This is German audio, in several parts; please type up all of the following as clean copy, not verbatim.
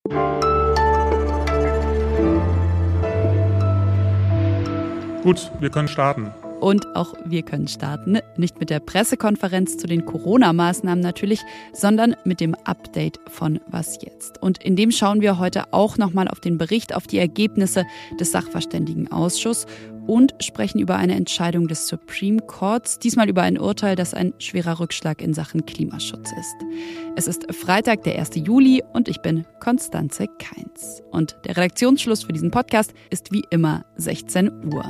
Gut, wir können starten. Und auch wir können starten. Nicht mit der Pressekonferenz zu den Corona-Maßnahmen natürlich, sondern mit dem Update von Was jetzt. Und in dem schauen wir heute auch nochmal auf den Bericht, auf die Ergebnisse des Sachverständigenausschusses und sprechen über eine Entscheidung des Supreme Courts, diesmal über ein Urteil, das ein schwerer Rückschlag in Sachen Klimaschutz ist. Es ist Freitag, der 1. Juli und ich bin Constanze Kainz. Und der Redaktionsschluss für diesen Podcast ist wie immer 16 Uhr.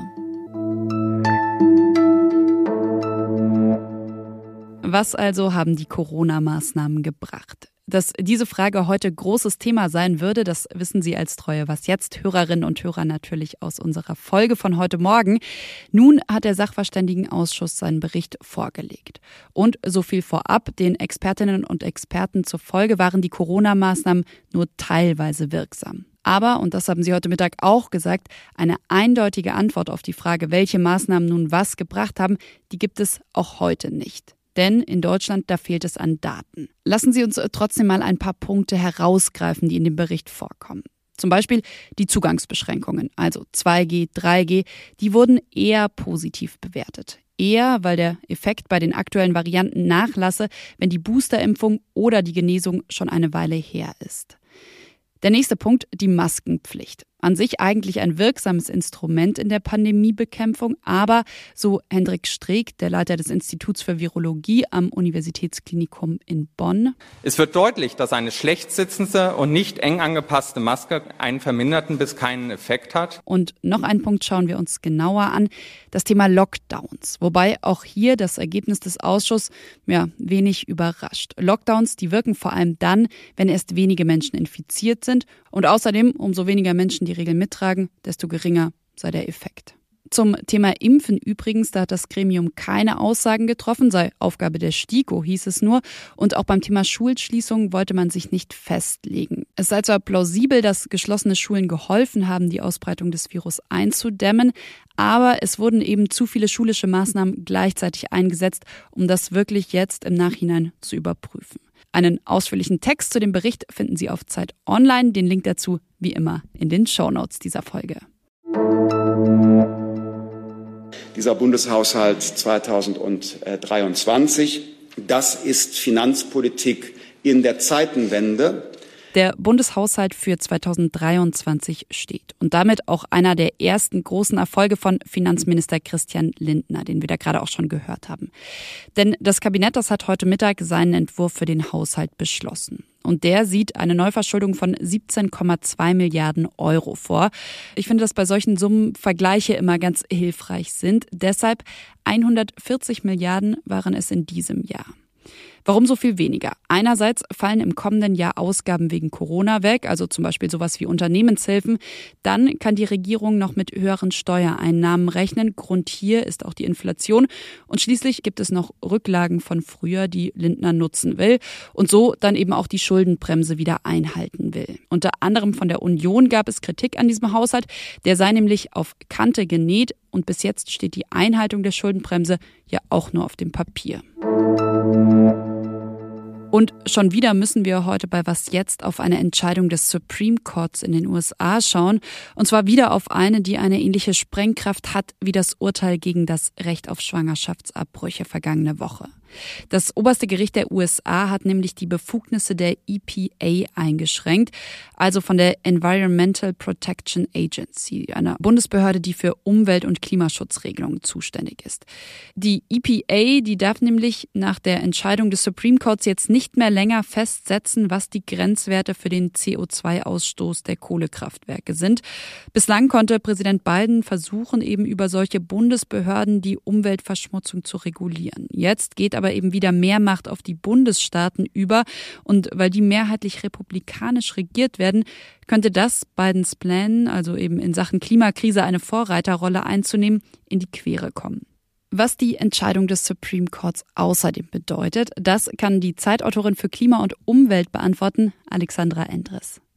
Was also haben die Corona-Maßnahmen gebracht? Dass diese Frage heute großes Thema sein würde, das wissen Sie als treue Was jetzt Hörerinnen und Hörer natürlich aus unserer Folge von heute Morgen. Nun hat der Sachverständigenausschuss seinen Bericht vorgelegt. Und so viel vorab, den Expertinnen und Experten zufolge waren die Corona-Maßnahmen nur teilweise wirksam. Aber, und das haben Sie heute Mittag auch gesagt, eine eindeutige Antwort auf die Frage, welche Maßnahmen nun was gebracht haben, die gibt es auch heute nicht. Denn in Deutschland, da fehlt es an Daten. Lassen Sie uns trotzdem mal ein paar Punkte herausgreifen, die in dem Bericht vorkommen. Zum Beispiel die Zugangsbeschränkungen, also 2G, 3G, die wurden eher positiv bewertet. Eher, weil der Effekt bei den aktuellen Varianten nachlasse, wenn die Boosterimpfung oder die Genesung schon eine Weile her ist. Der nächste Punkt, die Maskenpflicht. An sich eigentlich ein wirksames Instrument in der Pandemiebekämpfung, aber so Hendrik Streeck, der Leiter des Instituts für Virologie am Universitätsklinikum in Bonn. Es wird deutlich, dass eine schlecht sitzende und nicht eng angepasste Maske einen verminderten bis keinen Effekt hat. Und noch einen Punkt schauen wir uns genauer an, das Thema Lockdowns. Wobei auch hier das Ergebnis des Ausschusses wenig überrascht. Lockdowns, die wirken vor allem dann, wenn erst wenige Menschen infiziert sind und außerdem umso weniger Menschen die Regeln mittragen, desto geringer sei der Effekt. Zum Thema Impfen übrigens, da hat das Gremium keine Aussagen getroffen, sei Aufgabe der STIKO, hieß es nur. Und auch beim Thema Schulschließung wollte man sich nicht festlegen. Es sei zwar plausibel, dass geschlossene Schulen geholfen haben, die Ausbreitung des Virus einzudämmen, aber es wurden eben zu viele schulische Maßnahmen gleichzeitig eingesetzt, um das wirklich jetzt im Nachhinein zu überprüfen. Einen ausführlichen Text zu dem Bericht finden Sie auf Zeit Online. Den Link dazu, wie immer, in den Shownotes dieser Folge. Dieser Bundeshaushalt 2023, das ist Finanzpolitik in der Zeitenwende. Der Bundeshaushalt für 2023 steht und damit auch einer der ersten großen Erfolge von Finanzminister Christian Lindner, den wir da gerade auch schon gehört haben. Denn das Kabinett, das hat heute Mittag seinen Entwurf für den Haushalt beschlossen. Und der sieht eine Neuverschuldung von 17,2 Milliarden Euro vor. Ich finde, dass bei solchen Summen Vergleiche immer ganz hilfreich sind. Deshalb 140 Milliarden waren es in diesem Jahr. Warum so viel weniger? Einerseits fallen im kommenden Jahr Ausgaben wegen Corona weg, also zum Beispiel sowas wie Unternehmenshilfen. Dann kann die Regierung noch mit höheren Steuereinnahmen rechnen. Grund hier ist auch die Inflation. Und schließlich gibt es noch Rücklagen von früher, die Lindner nutzen will und so dann eben auch die Schuldenbremse wieder einhalten will. Unter anderem von der Union gab es Kritik an diesem Haushalt. Der sei nämlich auf Kante genäht und bis jetzt steht die Einhaltung der Schuldenbremse ja auch nur auf dem Papier. Und schon wieder müssen wir heute bei Was jetzt auf eine Entscheidung des Supreme Courts in den USA schauen. Und zwar wieder auf eine, die eine ähnliche Sprengkraft hat wie das Urteil gegen das Recht auf Schwangerschaftsabbrüche vergangene Woche. Das oberste Gericht der USA hat nämlich die Befugnisse der EPA eingeschränkt, also von der Environmental Protection Agency, einer Bundesbehörde, die für Umwelt- und Klimaschutzregelungen zuständig ist. Die EPA, die darf nämlich nach der Entscheidung des Supreme Courts jetzt nicht mehr länger festsetzen, was die Grenzwerte für den CO2-Ausstoß der Kohlekraftwerke sind. Bislang konnte Präsident Biden versuchen, eben über solche Bundesbehörden die Umweltverschmutzung zu regulieren. Jetzt geht aber eben wieder mehr Macht auf die Bundesstaaten über. Und weil die mehrheitlich republikanisch regiert werden, könnte das Bidens Plänen, also eben in Sachen Klimakrise eine Vorreiterrolle einzunehmen, in die Quere kommen. Was die Entscheidung des Supreme Courts außerdem bedeutet, das kann die Zeitautorin für Klima und Umwelt beantworten, Alexandra Endres.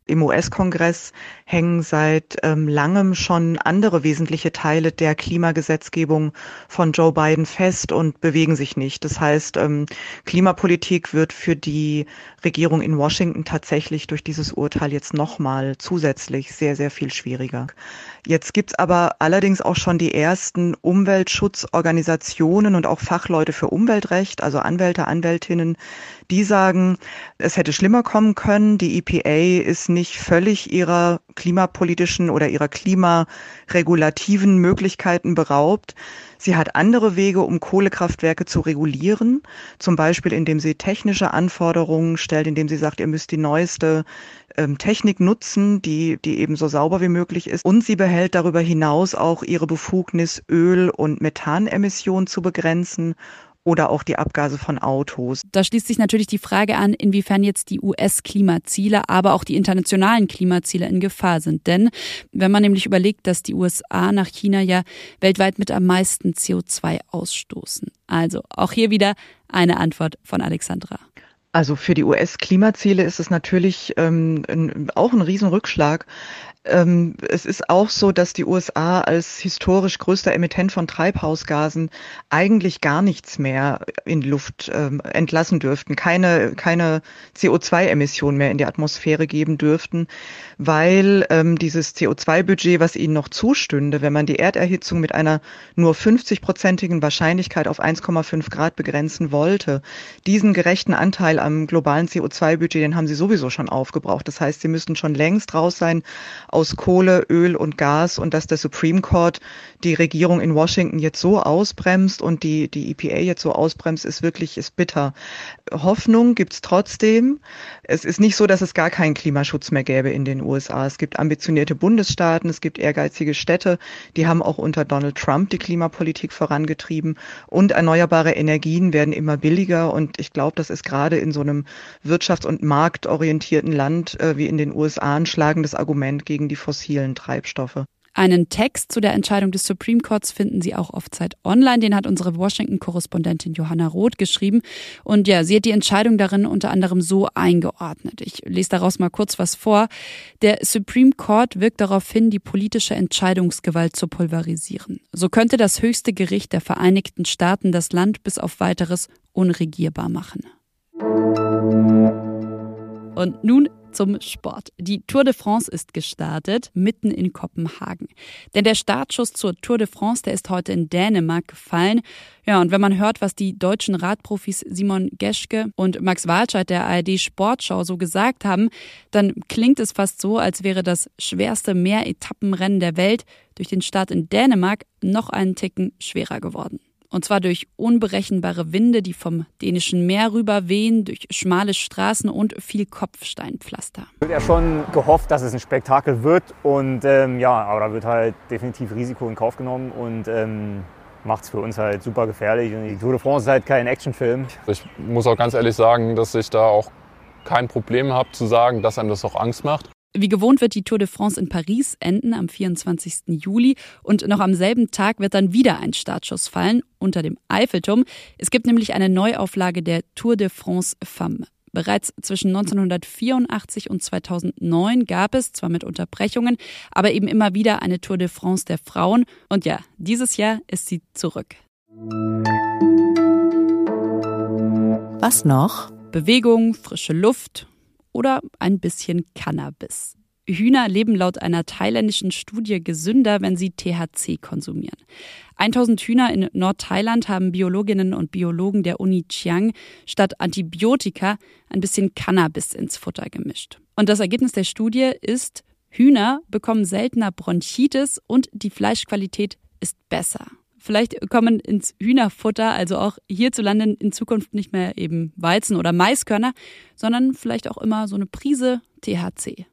Im US-Kongress hängen seit langem schon andere wesentliche Teile der Klimagesetzgebung von Joe Biden fest und bewegen sich nicht. Das heißt, Klimapolitik wird für die Regierung in Washington tatsächlich durch dieses Urteil jetzt nochmal zusätzlich sehr, sehr viel schwieriger. Jetzt gibt's aber allerdings auch schon die ersten Umweltschutzorganisationen und auch Fachleute für Umweltrecht, also Anwälte, Anwältinnen, die sagen, es hätte schlimmer kommen können. Die EPA ist nicht völlig ihrer klimapolitischen oder ihrer klimaregulativen Möglichkeiten beraubt. Sie hat andere Wege, um Kohlekraftwerke zu regulieren, zum Beispiel indem sie technische Anforderungen stellt, indem sie sagt, ihr müsst die neueste Technik nutzen, die eben so sauber wie möglich ist. Und sie behält darüber hinaus auch ihre Befugnis, Öl- und Methanemissionen zu begrenzen oder auch die Abgase von Autos. Da schließt sich natürlich die Frage an, inwiefern jetzt die US-Klimaziele, aber auch die internationalen Klimaziele in Gefahr sind. Denn wenn man nämlich überlegt, dass die USA nach China ja weltweit mit am meisten CO2 ausstoßen. Also auch hier wieder eine Antwort von Alexandra. Also für die US-Klimaziele ist es natürlich auch ein Riesenrückschlag. Es ist auch so, dass die USA als historisch größter Emittent von Treibhausgasen eigentlich gar nichts mehr in die Luft entlassen dürften, keine CO2-Emissionen mehr in die Atmosphäre geben dürften, weil dieses CO2-Budget, was ihnen noch zustünde, wenn man die Erderhitzung mit einer nur 50-prozentigen Wahrscheinlichkeit auf 1,5 Grad begrenzen wollte, diesen gerechten Anteil am globalen CO2-Budget, den haben sie sowieso schon aufgebraucht. Das heißt, sie müssten schon längst raus sein aus Kohle, Öl und Gas, und dass der Supreme Court die Regierung in Washington jetzt so ausbremst und die EPA jetzt so ausbremst, ist bitter. Hoffnung gibt's trotzdem. Es ist nicht so, dass es gar keinen Klimaschutz mehr gäbe in den USA. Es gibt ambitionierte Bundesstaaten, es gibt ehrgeizige Städte, die haben auch unter Donald Trump die Klimapolitik vorangetrieben, und erneuerbare Energien werden immer billiger, und ich glaube, das ist gerade in so einem wirtschafts- und marktorientierten Land wie in den USA ein schlagendes Argument gegen die fossilen Treibstoffe. Einen Text zu der Entscheidung des Supreme Courts finden Sie auch auf Zeit Online. Den hat unsere Washington-Korrespondentin Johanna Roth geschrieben. Und ja, sie hat die Entscheidung darin unter anderem so eingeordnet. Ich lese daraus mal kurz was vor. Der Supreme Court wirkt darauf hin, die politische Entscheidungsgewalt zu pulverisieren. So könnte das höchste Gericht der Vereinigten Staaten das Land bis auf Weiteres unregierbar machen. Und nun zum Sport. Die Tour de France ist gestartet, mitten in Kopenhagen. Denn der Startschuss zur Tour de France, der ist heute in Dänemark gefallen. Ja, und wenn man hört, was die deutschen Radprofis Simon Geschke und Max Walscheid der ARD Sportschau so gesagt haben, dann klingt es fast so, als wäre das schwerste Mehretappenrennen der Welt durch den Start in Dänemark noch einen Ticken schwerer geworden. Und zwar durch unberechenbare Winde, die vom dänischen Meer rüber wehen, durch schmale Straßen und viel Kopfsteinpflaster. Ich habe ja schon gehofft, dass es ein Spektakel wird. Und aber da wird halt definitiv Risiko in Kauf genommen und macht es für uns halt super gefährlich. Und die Tour de France ist halt kein Actionfilm. Ich muss auch ganz ehrlich sagen, dass ich da auch kein Problem habe zu sagen, dass einem das auch Angst macht. Wie gewohnt wird die Tour de France in Paris enden am 24. Juli und noch am selben Tag wird dann wieder ein Startschuss fallen unter dem Eiffelturm. Es gibt nämlich eine Neuauflage der Tour de France Femmes. Bereits zwischen 1984 und 2009 gab es, zwar mit Unterbrechungen, aber eben immer wieder eine Tour de France der Frauen. Und ja, dieses Jahr ist sie zurück. Was noch? Bewegung, frische Luft oder ein bisschen Cannabis. Hühner leben laut einer thailändischen Studie gesünder, wenn sie THC konsumieren. 1000 Hühner in Nordthailand haben Biologinnen und Biologen der Uni Chiang statt Antibiotika ein bisschen Cannabis ins Futter gemischt. Und das Ergebnis der Studie ist, Hühner bekommen seltener Bronchitis und die Fleischqualität ist besser. Vielleicht kommen ins Hühnerfutter, also auch hierzulande in Zukunft nicht mehr eben Weizen- oder Maiskörner, sondern vielleicht auch immer so eine Prise THC.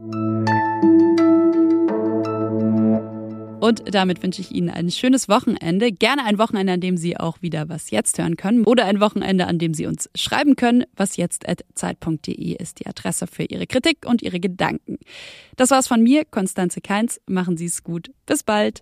Und damit wünsche ich Ihnen ein schönes Wochenende. Gerne ein Wochenende, an dem Sie auch wieder Was Jetzt hören können. Oder ein Wochenende, an dem Sie uns schreiben können. wasjetzt@zeit.de ist die Adresse für Ihre Kritik und Ihre Gedanken. Das war's von mir, Konstanze Keins. Machen Sie es gut. Bis bald.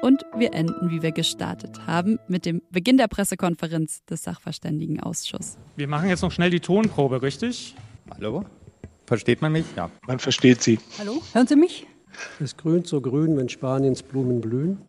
Und wir enden, wie wir gestartet haben, mit dem Beginn der Pressekonferenz des Sachverständigenausschusses. Wir machen jetzt noch schnell die Tonprobe, richtig? Hallo? Versteht man mich? Ja. Man versteht Sie. Hallo, hören Sie mich? Es grünt so grün, wenn Spaniens Blumen blühen.